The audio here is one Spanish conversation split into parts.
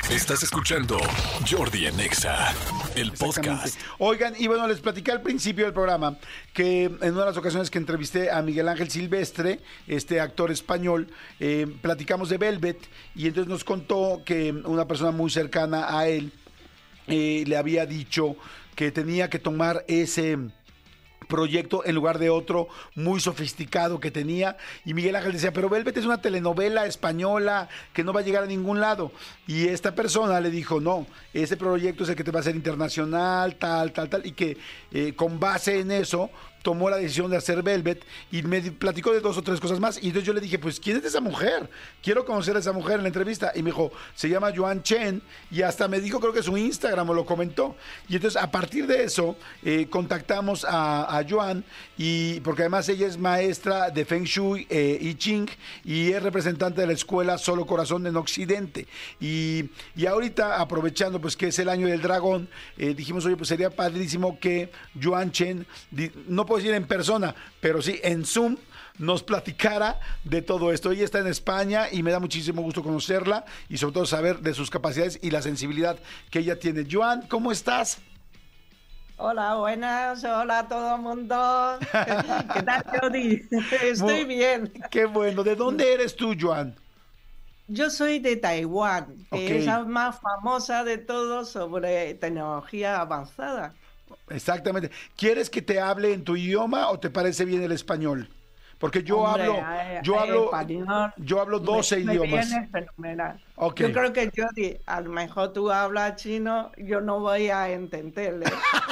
Estás escuchando Jordi en Exa, el podcast. Oigan, y bueno, les platicé al principio del programa que en una de las ocasiones que entrevisté a Miguel Ángel Silvestre, este actor español, platicamos de Velvet y entonces nos contó que una persona muy cercana a él le había dicho que tenía que tomar ese proyecto en lugar de otro muy sofisticado que tenía, y Miguel Ángel decía, pero Velvet es una telenovela española que no va a llegar a ningún lado, y esta persona le dijo, no, ese proyecto es el que te va a hacer internacional, tal, y que con base en eso tomó la decisión de hacer Velvet y me platicó de 2 o 3 cosas más. Y entonces yo le dije, pues, ¿quién es esa mujer? Quiero conocer a esa mujer en la entrevista. Y me dijo, se llama Joan Chen, y hasta me dijo, creo que su Instagram, o lo comentó. Y entonces, a partir de eso, contactamos a Joan, y porque además ella es maestra de Feng Shui y Ching, y es representante de la escuela Solo Corazón en Occidente. Y ahorita, aprovechando pues que es el año del dragón, dijimos, oye, pues sería padrísimo que Joan Chen, no puedo decir en persona, pero sí en Zoom, nos platicara de todo esto. Ella está en España y me da muchísimo gusto conocerla y sobre todo saber de sus capacidades y la sensibilidad que ella tiene. Joan, ¿cómo estás? Hola, buenas, hola a todo el mundo. ¿Qué tal, Jordi? Estoy bien. Qué bueno. ¿De dónde eres tú, Joan? Yo soy de Taiwán, que Okay. es la más famosa de todos sobre tecnología avanzada. Exactamente. ¿Quieres que te hable en tu idioma o te parece bien el español? Porque Hombre, español yo hablo 12 idiomas. Me viene fenomenal. Okay. Yo creo que Jordi, a lo mejor tú hablas chino, yo no voy a entenderle.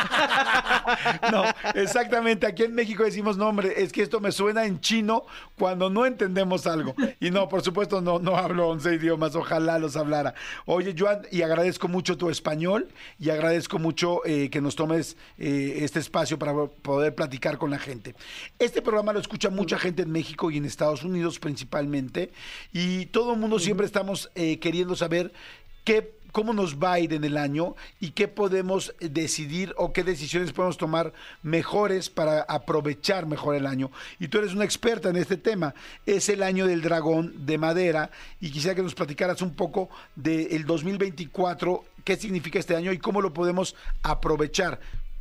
No, exactamente. Aquí en México decimos, no, hombre, es que esto me suena en chino cuando no entendemos algo. Y no, por supuesto, no hablo 11 idiomas, ojalá los hablara. Oye, Joan, y agradezco mucho tu español y agradezco mucho que nos tomes este espacio para poder platicar con la gente. Este programa lo escucha mucha gente en México y en Estados Unidos principalmente, y todo el mundo siempre estamos queriendo saber cómo nos va a ir en el año y qué podemos decidir o qué decisiones podemos tomar mejores para aprovechar mejor el año. Y tú eres una experta en este tema. Es el año del dragón de madera y quisiera que nos platicaras un poco del 2024, qué significa este año y cómo lo podemos aprovechar.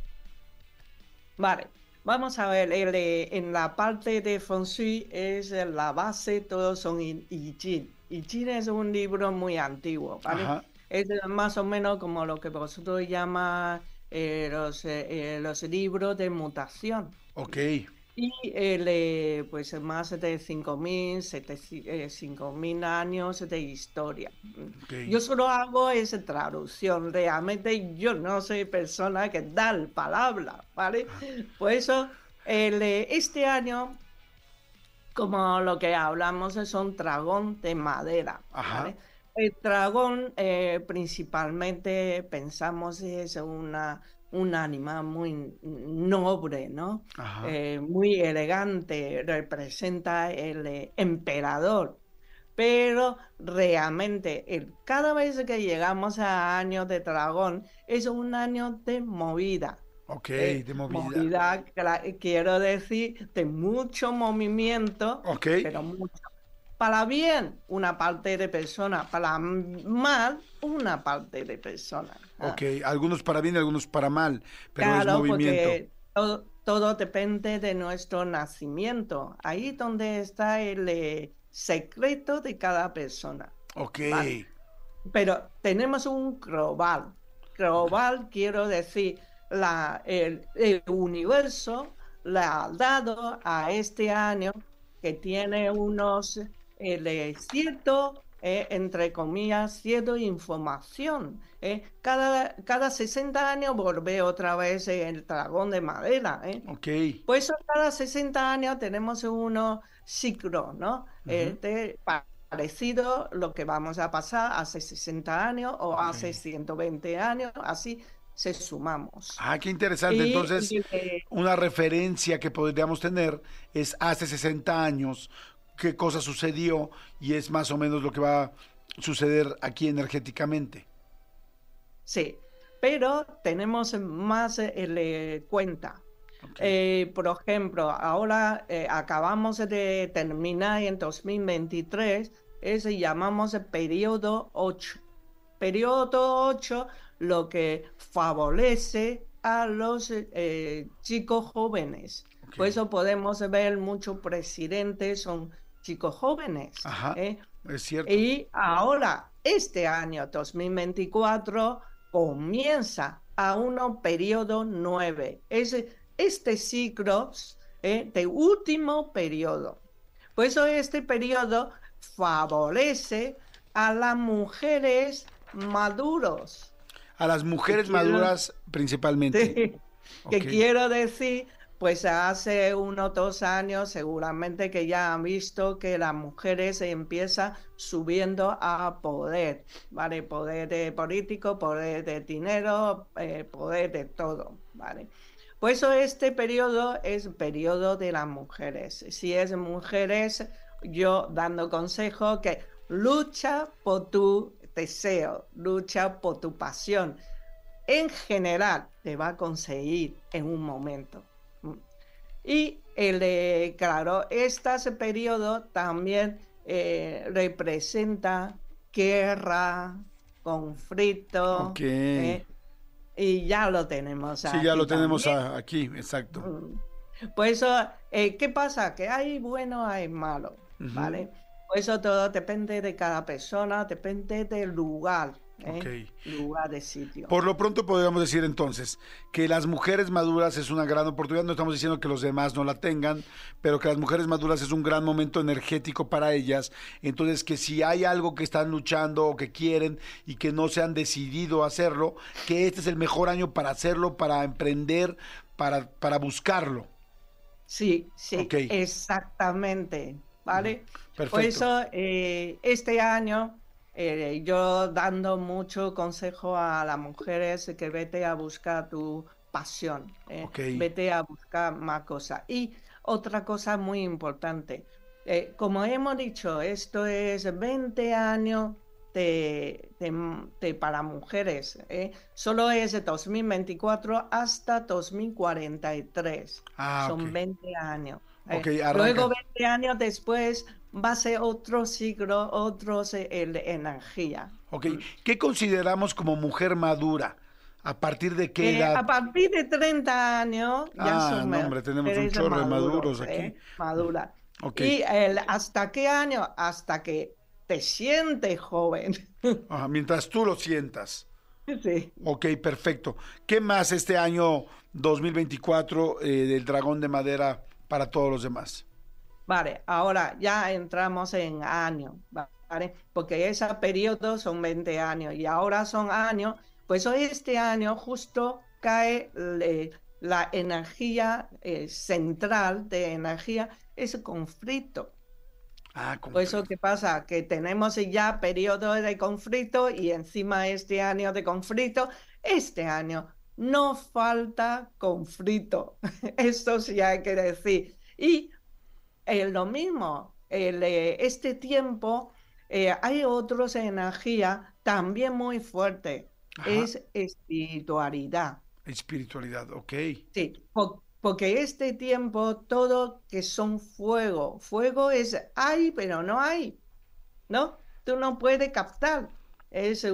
Vale. Vamos a ver, en la parte de Feng Shui es la base, todos son I Ching. I Ching es un libro muy antiguo, ¿vale? Ajá. Es más o menos como lo que vosotros llamáis los libros de mutación. Ok. Y pues más de 5.000 años de historia. Okay. Yo solo hago esa traducción, realmente yo no soy persona que da palabra, ¿vale? Por eso este año, como lo que hablamos, es un dragón de madera, ¿vale? El dragón principalmente pensamos es un animal muy noble, ¿no? Muy elegante, representa el emperador. Pero realmente, cada vez que llegamos a año de dragón, es un año de movida. Ok, de movida. Quiero decir, de mucho movimiento, pero mucho. Para bien, una parte de persona, para mal, una parte de persona. Ok, algunos para bien, algunos para mal, pero claro, es movimiento. Porque todo depende de nuestro nacimiento. Ahí donde está el secreto de cada persona. Ok. ¿Vale? Pero tenemos un global. Global quiero decir, el universo le ha dado a este año que tiene unos entre comillas, cierta información. Cada 60 años vuelve otra vez el dragón de madera. Ok. Por eso cada 60 años tenemos unos ciclos, ¿no? Parecido lo que vamos a pasar hace 60 años o hace 120 años, así se sumamos. Ah, qué interesante. Entonces, una referencia que podríamos tener es hace 60 años, qué cosa sucedió, y es más o menos lo que va a suceder aquí energéticamente. Sí, pero tenemos más cuenta. Por ejemplo, ahora acabamos de terminar en 2023, llamamos el periodo 8. periodo 8 lo que favorece a los chicos jóvenes. Ok. Por eso podemos ver muchos presidentes son chicos jóvenes. Ajá, es cierto. Y ahora, este año 2024 comienza a un periodo 9. Es este ciclo de último periodo. Por eso este periodo favorece a las mujeres maduros. A las mujeres quiero- maduras principalmente. Sí, que Ok. quiero decir, pues hace 2 años seguramente que ya han visto que las mujeres empiezan subiendo a poder, ¿vale? Poder político, poder de dinero, poder de todo, ¿vale? Por eso este periodo es periodo de las mujeres. Si es mujeres, yo dando consejo que lucha por tu deseo, lucha por tu pasión. En general te va a conseguir en un momento. Y claro, este periodo también representa guerra, conflicto, Ok. y ya lo tenemos Sí, aquí ya lo tenemos también. aquí, exacto. Por eso, ¿qué pasa? Que hay bueno, hay malo, ¿vale? Por eso todo depende de cada persona, depende del lugar, lugar de sitio. Por lo pronto podríamos decir entonces que las mujeres maduras es una gran oportunidad, no estamos diciendo que los demás no la tengan, pero que las mujeres maduras es un gran momento energético para ellas, entonces que si hay algo que están luchando o que quieren y que no se han decidido a hacerlo, que este es el mejor año para hacerlo, para emprender, para buscarlo. Sí, sí, Ok. exactamente, ¿vale? Por Perfecto. eso, este año, yo dando mucho consejo a las mujeres que vete a buscar tu pasión, Ok. vete a buscar más cosas. Y otra cosa muy importante, como hemos dicho, esto es 20 años para mujeres, solo es de 2024 hasta 2043. Ah, Son ok. 20 años. Ok, Luego, arranca. 20 años después, va a ser otro ciclo, otros energía. Ok, ¿qué consideramos como mujer madura? ¿A partir de qué edad? A partir de 30 años ya son No, hombre, tenemos un mujeres chorro de maduros aquí. maduras. Ok. ¿Y hasta qué año? Hasta que te sientes joven. Ajá, mientras tú lo sientas. Sí. Ok, perfecto. ¿Qué más este año 2024 del dragón de madera para todos los demás? Vale, ahora ya entramos en años, ¿vale? Porque ese periodo son 20 años y ahora son años, pues hoy este año justo cae la energía central de energía, es conflicto. Ah, Por eso, ¿qué pasa? Que tenemos ya periodo de conflicto y encima este año de conflicto, este año no falta conflicto, esto sí hay que decir. Y lo mismo, este tiempo hay otras energías también muy fuertes, Ajá. es espiritualidad. Espiritualidad, ok. Sí, porque este tiempo todo que son fuego, fuego es hay, pero no hay, ¿no? Tú no puedes captar, es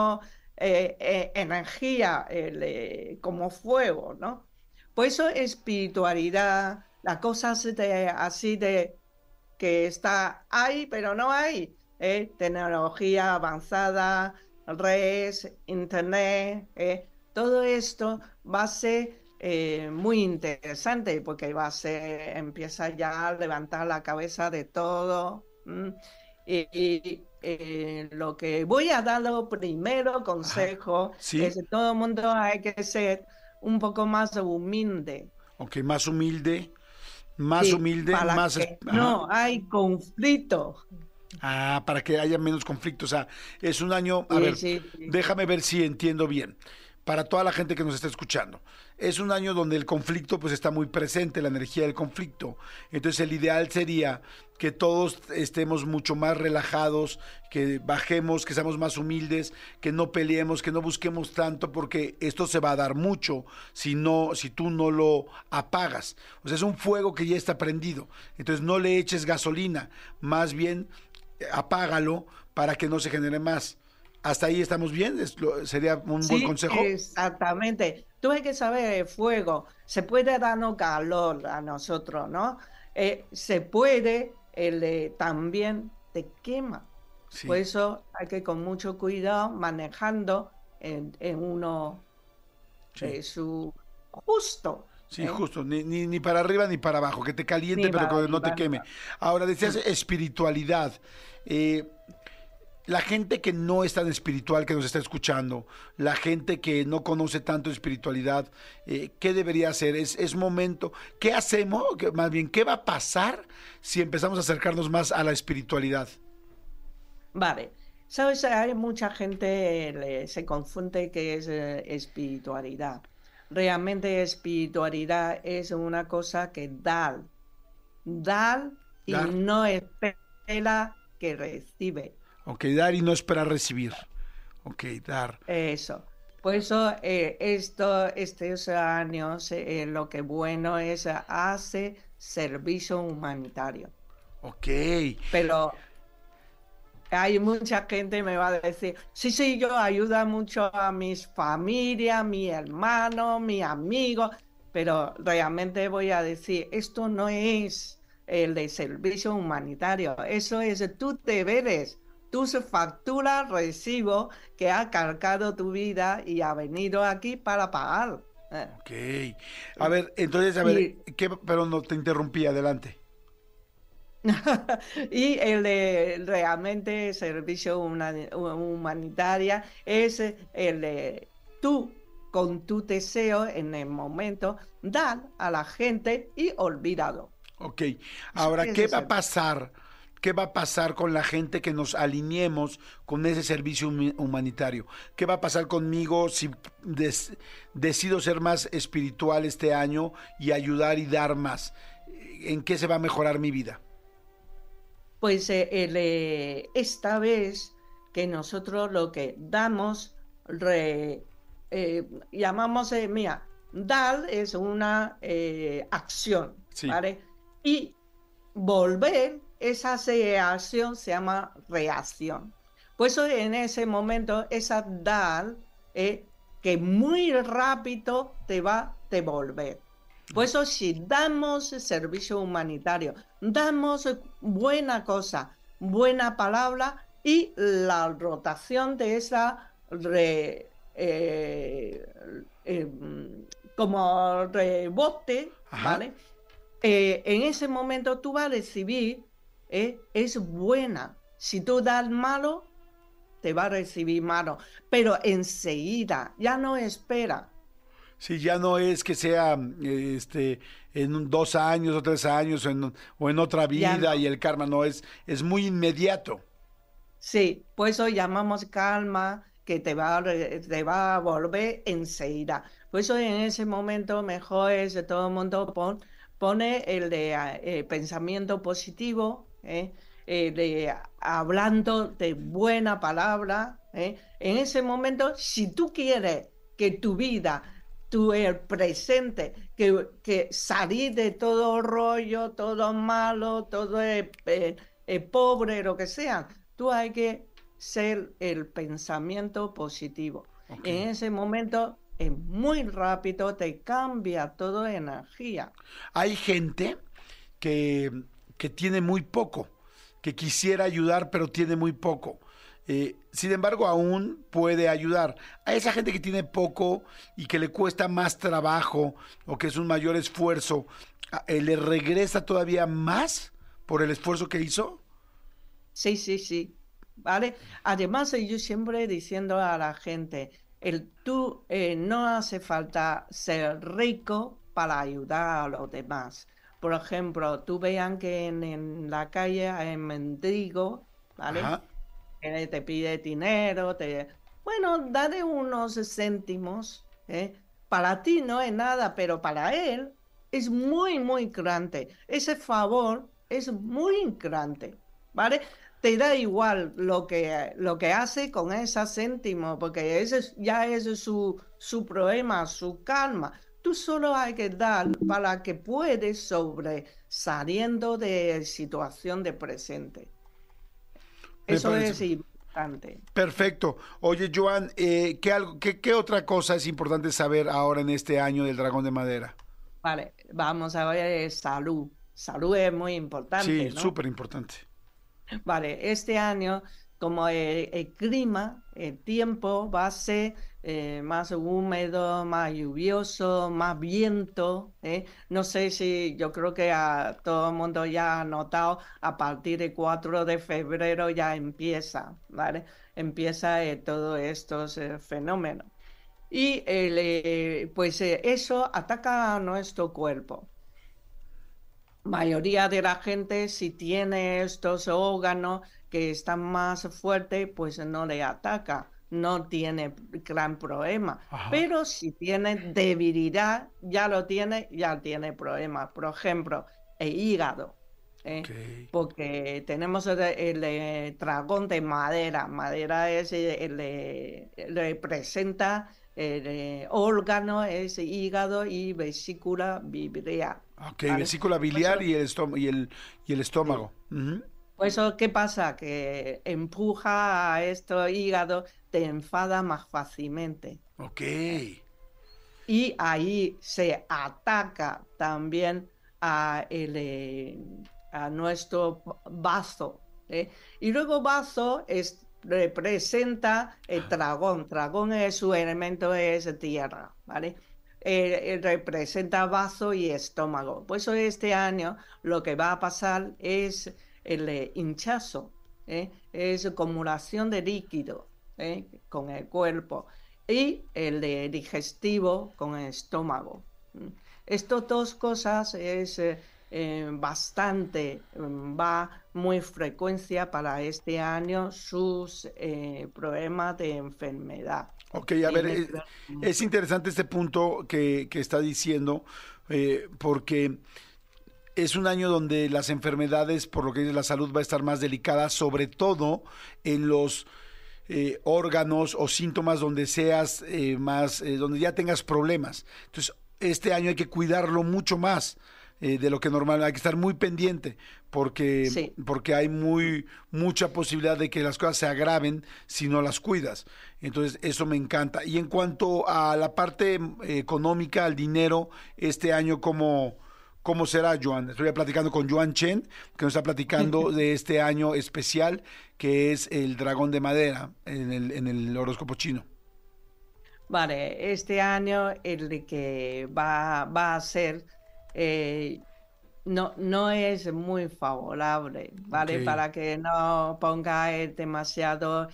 energía como fuego, ¿no? Por eso espiritualidad, las cosas así de que está ahí, pero no hay, tecnología avanzada, redes, internet, todo esto va a ser muy interesante porque empieza ya a levantar la cabeza de todo. Y lo que voy a dar primero consejo ¿sí? es que todo el mundo hay que ser un poco más humilde. Ok, más humilde, más Sí, humilde, para más... que ajá. no hay conflicto. Ah, para que haya menos conflicto. O sea, es un año... A Sí, ver, sí, sí. déjame ver si entiendo bien. Para toda la gente que nos está escuchando. Es un año donde el conflicto pues está muy presente, la energía del conflicto. Entonces el ideal sería que todos estemos mucho más relajados, que bajemos, que seamos más humildes, que no peleemos, que no busquemos tanto, porque esto se va a dar mucho si tú no lo apagas. O sea, es un fuego que ya está prendido. Entonces no le eches gasolina, más bien apágalo para que no se genere más. ¿Hasta ahí estamos bien? ¿Sería un buen Sí, consejo? exactamente. Tú hay que saber el fuego. Se puede darnos calor a nosotros, ¿no? Se puede, también te quema. Por Sí, eso hay que con mucho cuidado manejando en uno sí. su justo, Sí, ¿eh? justo, ni para arriba ni para abajo, que te caliente Ni pero para que no te arriba ni queme. para Ahora, decías abajo. espiritualidad. Eh, la gente que no es tan espiritual que nos está escuchando, la gente que no conoce tanto espiritualidad, ¿qué debería hacer? Es momento, ¿qué hacemos? Más bien, ¿qué va a pasar si empezamos a acercarnos más a la espiritualidad? Vale. Sabes, hay mucha gente se confunde que es espiritualidad. Realmente espiritualidad es una cosa que da y Dar, no espera que recibe. ok, dar y no esperar recibir. Ok, dar, Eso. Por eso estos años lo que bueno es hace servicio humanitario. ok. Pero hay mucha gente me va a decir, sí, sí, yo ayudo mucho a mis familias, mi hermano, mi amigo, pero realmente voy a decir, esto no es el de servicio humanitario, eso es tus deberes, tus facturas, recibo que ha cargado tu vida y ha venido aquí para pagar. Ok. A ver, entonces, a ver, Y pero no te interrumpí, adelante. Y el de realmente servicio humanitaria es el de tú, con tu deseo en el momento, dar a la gente y olvídalo. Ok. Eso Ahora, es ¿qué el va a servicio. pasar? ¿Qué va a pasar con la gente que nos alineemos con ese servicio humanitario? ¿Qué va a pasar conmigo si decido ser más espiritual este año y ayudar y dar más? ¿En qué se va a mejorar mi vida? Pues esta vez que nosotros lo que damos, llamamos, mira, dar es una acción, Sí. ¿vale? Y volver, esa acción se llama reacción. Por eso en ese momento, esa dar que muy rápido te va a devolver. Por eso si damos servicio humanitario, damos buena cosa, buena palabra y la rotación de esa como rebote, Ajá. ¿vale? En ese momento tú vas a recibir, es buena. Si tú das malo, te va a recibir malo, pero enseguida, ya no espera. Sí, ya no es que sea en 2 años o 3 años o en otra Ya vida y no. el karma no es muy inmediato. Sí, por eso llamamos calma, que te va a volver enseguida. Por eso en ese momento mejor es que todo el mundo pone el de pensamiento positivo, de hablando de buena palabra. En ese momento, si tú quieres que tu vida, tu el presente, que salir de todo rollo, todo malo, todo pobre, lo que sea, tú hay que ser el pensamiento positivo. Ok. En ese momento es muy rápido, te cambia toda energía. Hay gente que, que tiene muy poco, que quisiera ayudar, pero tiene muy poco. Sin embargo, aún puede ayudar. A esa gente que tiene poco y que le cuesta más trabajo o que es un mayor esfuerzo, ¿le regresa todavía más por el esfuerzo que hizo? Sí, sí, sí. ¿Vale? Además, yo siempre diciendo a la gente, tú no hace falta ser rico para ayudar a los demás. Por ejemplo, tú vean que en la calle hay mendigo, ¿vale? Ajá. Te pide dinero, bueno, dale unos céntimos, ¿eh? Para ti no es nada, pero para él es muy, muy grande. Ese favor es muy grande, ¿vale? Te da igual lo que hace con ese céntimo, porque ya es su problema, su calma. Tú solo hay que dar para que puedes sobre saliendo de situación de presente. Me Eso parece. es, y importante. Perfecto. Oye, Joan, ¿qué otra cosa es importante saber ahora en este año del Dragón de Madera? Vale, vamos a ver salud. Salud es muy importante, Sí, ¿no? súper importante. Vale, este año, como el clima, el tiempo va a ser más húmedo, más lluvioso, más viento, ¿eh? No sé si yo creo que a todo el mundo ya ha notado, a partir del 4 de febrero ya empieza, ¿vale? Empieza todos estos fenómenos. Y pues eso ataca a nuestro cuerpo. Mayoría de la gente, si tiene estos órganos que están más fuertes, pues no le ataca, no tiene gran problema. Ajá. Pero si tiene debilidad, ya tiene problemas. Por ejemplo, el hígado, Ok. ¿eh? Porque tenemos el dragón de madera. Madera es representa el órgano, es hígado y vesícula biliar. Ok, ¿Vale? vesícula Por eso, biliar y el sí. estómago. Ujú. Por eso, ¿qué pasa? Que empuja a este hígado, te enfada más fácilmente. Ok. Y ahí se ataca también a nuestro vaso, ¿eh? Y luego vaso representa el dragón. Dragón es su elemento, es tierra, ¿vale? Representa vaso y estómago. Por eso este año lo que va a pasar es el hinchazo, ¿eh? Es acumulación de líquido, con el cuerpo y el de digestivo con el estómago. Estas dos cosas es bastante, va muy frecuencia para este año sus problemas de enfermedad. Ok, a ver, Tiene que ver es mucho. interesante este punto que está diciendo, porque es un año donde las enfermedades, por lo que dice la salud, va a estar más delicada, sobre todo en los órganos o síntomas donde seas más, donde ya tengas problemas. Entonces, este año hay que cuidarlo mucho más de lo que normal, hay que estar muy pendiente Sí. porque hay mucha posibilidad de que las cosas se agraven si no las cuidas. Entonces, eso me encanta. Y en cuanto a la parte económica, al dinero, este año, ¿cómo será, Joan? Estoy platicando con Joan Chen, que nos está platicando de este año especial, que es el dragón de madera en el horóscopo chino. Vale, este año el de que va a ser eh, no es muy favorable, Ok, ¿vale? Para que no ponga demasiado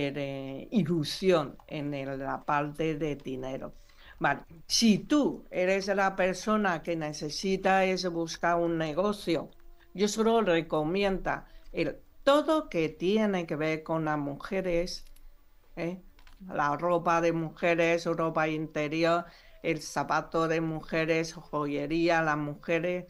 ilusión en la parte de dinero. Vale, si tú eres la persona que necesita es buscar un negocio, yo solo recomiendo todo que tiene que ver con las mujeres, ¿eh? La ropa de mujeres, ropa interior, el zapato de mujeres, joyería, las mujeres,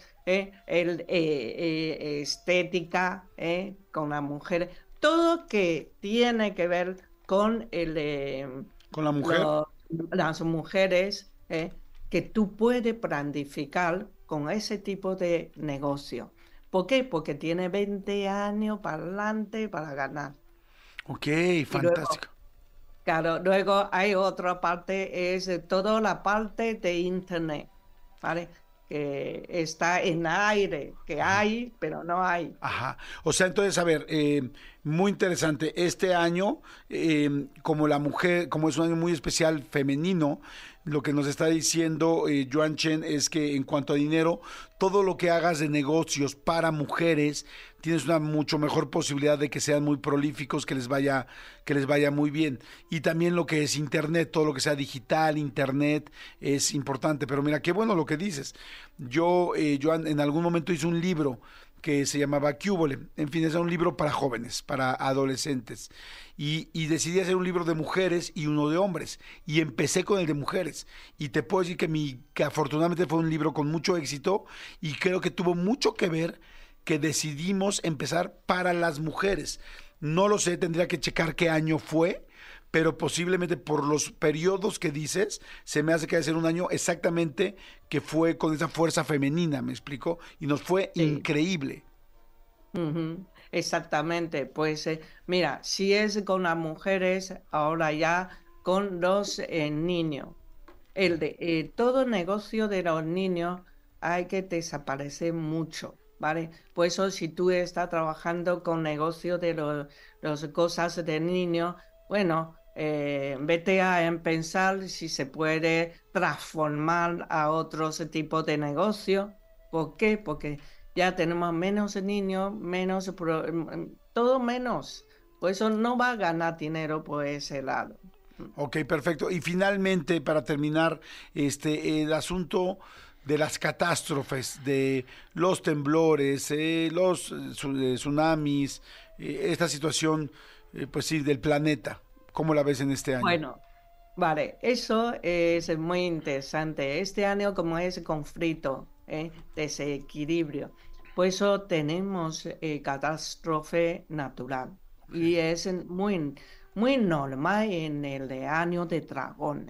estética, con las mujeres, todo que tiene que ver con con la mujer. lo- las mujeres, que tú puedes planificar con ese tipo de negocio. ¿Por qué? Porque tiene 20 años para adelante para ganar. Ok, Y luego fantástico. Claro, luego hay otra parte, es toda la parte de Internet, ¿vale? Que está en aire, que Ajá. hay, pero no hay. Ajá. O sea, entonces, a ver, muy interesante. Este año, como la mujer, como es un año muy especial femenino, lo que nos está diciendo Yuan Chen es que en cuanto a dinero, todo lo que hagas de negocios para mujeres, tienes una mucho mejor posibilidad de que sean muy prolíficos, que les vaya muy bien. Y también lo que es internet, todo lo que sea digital, internet, es importante. Pero mira, qué bueno lo que dices. Yo en algún momento hice un libro que se llamaba Cúbole. En fin, es un libro para jóvenes, para adolescentes. Y decidí hacer un libro de mujeres y uno de hombres. Y empecé con el de mujeres. Y te puedo decir que afortunadamente fue un libro con mucho éxito y creo que tuvo mucho que ver que decidimos empezar para las mujeres. No lo sé, tendría que checar qué año fue, pero posiblemente por los periodos que dices, se me hace que debe ser un año exactamente que fue con esa fuerza femenina, ¿me explico? Y nos fue Sí. increíble. Ujú. Exactamente, pues mira, si es con las mujeres, ahora ya con los niños. Todo negocio de los niños hay que desaparecer mucho, ¿vale? Por eso si tú estás trabajando con negocio de los cosas de niños, bueno, vete a pensar si se puede transformar a otros tipos de negocio. ¿Por qué? Porque ya tenemos menos niños, todo menos. Por eso no va a ganar dinero por ese lado. Ok, perfecto. Y finalmente, para terminar, el asunto de las catástrofes, de los temblores, los tsunamis, esta situación, pues sí, del planeta. ¿Cómo la ves en este año? Bueno, vale, eso es muy interesante. Este año, como es conflicto, desequilibrio, por eso tenemos catástrofe natural. Y es muy normal en el año de dragón.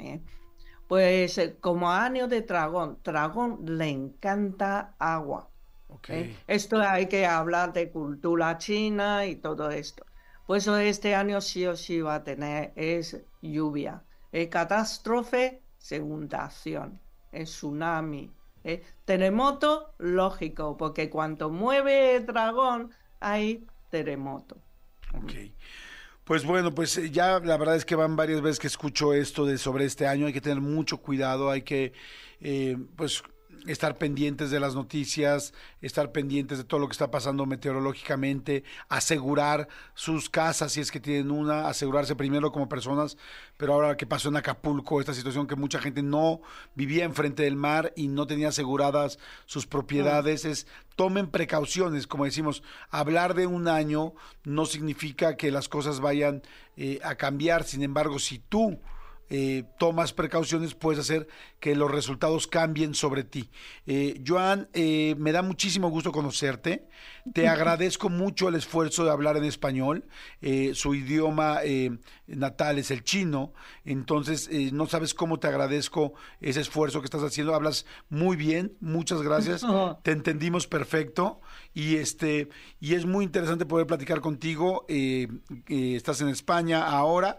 Pues como año de dragón le encanta agua. Ok. Esto hay que hablar de cultura china y todo esto. Por eso este año sí o sí va a tener es lluvia, catástrofe, inundación, tsunami, terremoto, lógico, porque cuando mueve el dragón hay terremoto. Ok. Pues bueno, pues ya la verdad es que van varias veces que escucho esto de sobre este año, hay que tener mucho cuidado, hay que pues estar pendientes de las noticias, estar pendientes de todo lo que está pasando meteorológicamente, asegurar sus casas si es que tienen una, asegurarse primero como personas, pero ahora que pasó en Acapulco, esta situación que mucha gente no vivía enfrente del mar y no tenía aseguradas sus propiedades, tomen precauciones, como decimos, hablar de un año no significa que las cosas vayan a cambiar, sin embargo, si tú tomas precauciones, puedes hacer que los resultados cambien sobre ti. Joan, me da muchísimo gusto conocerte. Te agradezco mucho el esfuerzo de hablar en español. Su idioma natal es el chino, entonces no sabes cómo te agradezco ese esfuerzo que estás haciendo. Hablas muy bien, muchas gracias. Te entendimos perfecto y es muy interesante poder platicar contigo. Estás en España ahora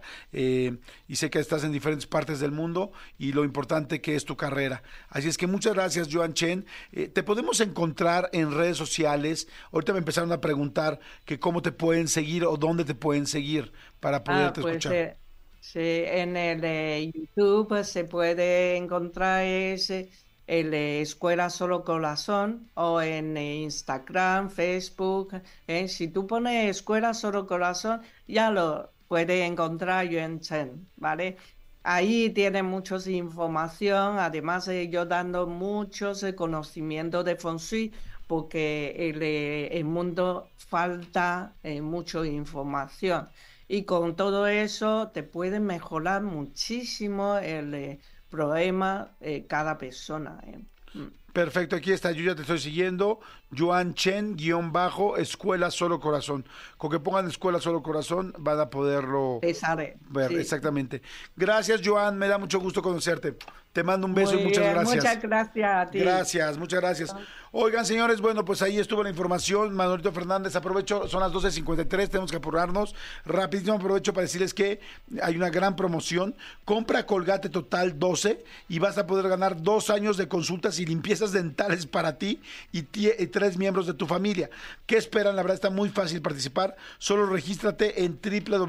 y sé que estás en diferentes partes del mundo y lo importante que es tu carrera. Así es que muchas gracias, Joan Chen. Te podemos encontrar en redes sociales. Ahorita me empezaron a preguntar que cómo te pueden seguir o dónde te pueden seguir para poderte escuchar. Sí, en el YouTube se puede encontrar el Escuela Solo Corazón o en Instagram, Facebook. Si tú pones Escuela Solo Corazón, ya lo puedes encontrar Joan Chen, ¿vale? Ahí tiene mucha información, además yo dando muchos conocimientos de Feng Shui, porque el mundo falta mucha información. Y con todo eso te puede mejorar muchísimo el problema cada persona. Perfecto, aquí está, yo ya te estoy siguiendo, Joan Chen, _Escuela Solo Corazón. Con que pongan Escuela Solo Corazón van a poderlo ver, sí. Exactamente. Gracias, Joan, me da mucho gusto conocerte. Te mando un beso y muchas gracias. Muchas gracias a ti. Gracias, muchas gracias. Oigan, señores, bueno, pues ahí estuvo la información. Manolito Fernández, aprovecho, son las 12:53, tenemos que apurarnos. Rapidísimo aprovecho para decirles que hay una gran promoción. Compra Colgate Total 12 y vas a poder ganar 2 años de consultas y limpiezas dentales para ti y 3 miembros de tu familia. ¿Qué esperan? La verdad está muy fácil participar. Solo regístrate en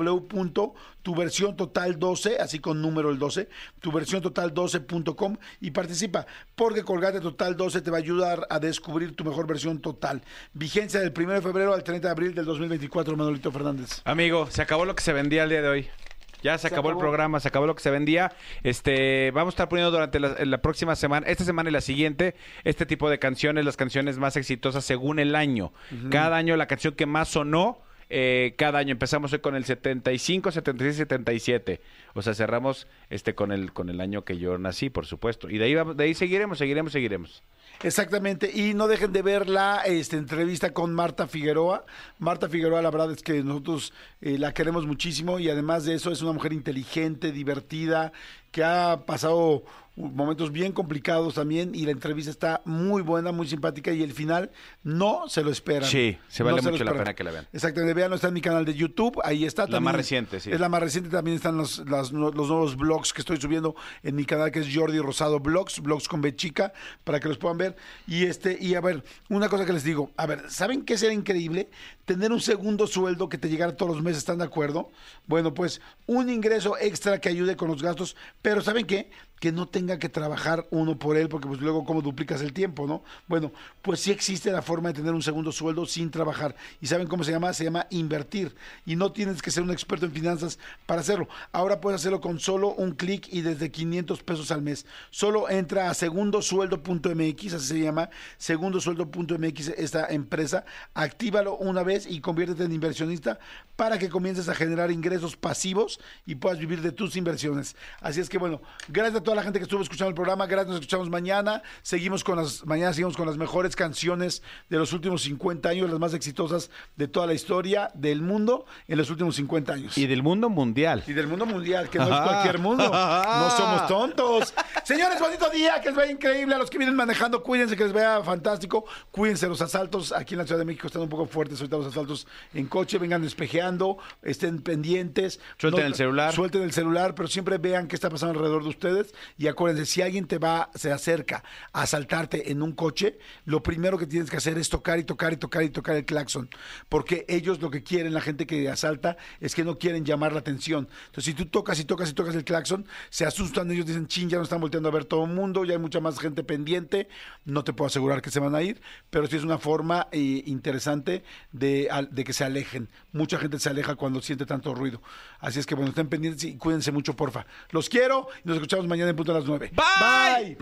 www.tuversiontotal12, así con número el 12, tuversiontotal12.com y participa, porque Colgate Total 12 te va a ayudar a descubrir tu mejor versión total. Vigencia del 1 de febrero al 30 de abril del 2024, Manolito Fernández. Amigo, se acabó lo que se vendía el día de hoy. Ya se acabó el programa, se acabó lo que se vendía. Vamos a estar poniendo durante la próxima semana, esta semana y la siguiente, este tipo de canciones, las canciones más exitosas según el año. Cada año la canción que más sonó, cada año. Empezamos hoy con el 75, 76, 77. O sea, cerramos con el año que yo nací, por supuesto. Y de ahí seguiremos. Exactamente, y no dejen de ver la entrevista con Marta Figueroa. Marta Figueroa, la verdad es que nosotros la queremos muchísimo y además de eso es una mujer inteligente, divertida, que ha pasado momentos bien complicados también, y la entrevista está muy buena, muy simpática, y el final no se lo esperan. Sí, se vale No mucho lo la esperan. pena que la vean. Exactamente, veanlo, está en mi canal de YouTube, ahí está. La más reciente, sí. Es la más reciente, también están los nuevos blogs que estoy subiendo en mi canal, que es Jordi Rosado Blogs con B chica, para que los puedan ver. Y a ver, una cosa que les digo, a ver, ¿saben qué sería increíble? Tener un segundo sueldo que te llegara todos los meses, ¿están de acuerdo? Bueno, pues un ingreso extra que ayude con los gastos, pero ¿saben qué? Que no tenga que trabajar uno por él, porque pues luego cómo duplicas el tiempo, ¿no? Bueno, pues sí existe la forma de tener un segundo sueldo sin trabajar. ¿Y saben cómo se llama? Se llama invertir. Y no tienes que ser un experto en finanzas para hacerlo. Ahora puedes hacerlo con solo un clic y desde 500 pesos al mes. Solo entra a segundosueldo.mx, así se llama, segundosueldo.mx, esta empresa. Actívalo una vez y conviértete en inversionista para que comiences a generar ingresos pasivos y puedas vivir de tus inversiones. Así es que bueno, gracias a toda la gente que estuvo escuchando el programa, gracias, nos escuchamos mañana. Seguimos con las mejores canciones de los últimos 50 años, las más exitosas de toda la historia del mundo en los últimos 50 años. Y del mundo mundial. Y del mundo mundial, que no es cualquier mundo. No somos tontos. Señores, bonito día, que les vaya increíble. A los que vienen manejando, cuídense, que les vaya fantástico. Cuídense, los asaltos aquí en la Ciudad de México están un poco fuertes ahorita, los asaltos en coche. Vengan despejeando, estén pendientes. Suelten el celular. Suelten el celular, pero siempre vean qué está pasando alrededor de ustedes. Y acuérdense, si alguien se acerca a asaltarte en un coche, lo primero que tienes que hacer es tocar y tocar y tocar y tocar el claxon. Porque ellos lo que quieren, la gente que asalta, es que no quieren llamar la atención. Entonces, si tú tocas y tocas y tocas el claxon, se asustan, ellos dicen, chin, ya nos están volteando a ver todo el mundo, ya hay mucha más gente pendiente. No te puedo asegurar que se van a ir, pero sí es una forma interesante de que se alejen. Mucha gente se aleja cuando siente tanto ruido. Así es que, bueno, estén pendientes y cuídense mucho, porfa. Los quiero y nos escuchamos mañana en punto a las 9. Bye.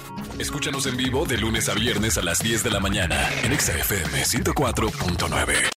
Escúchanos en vivo de lunes a viernes a las 10 de la mañana en XFM 104.9.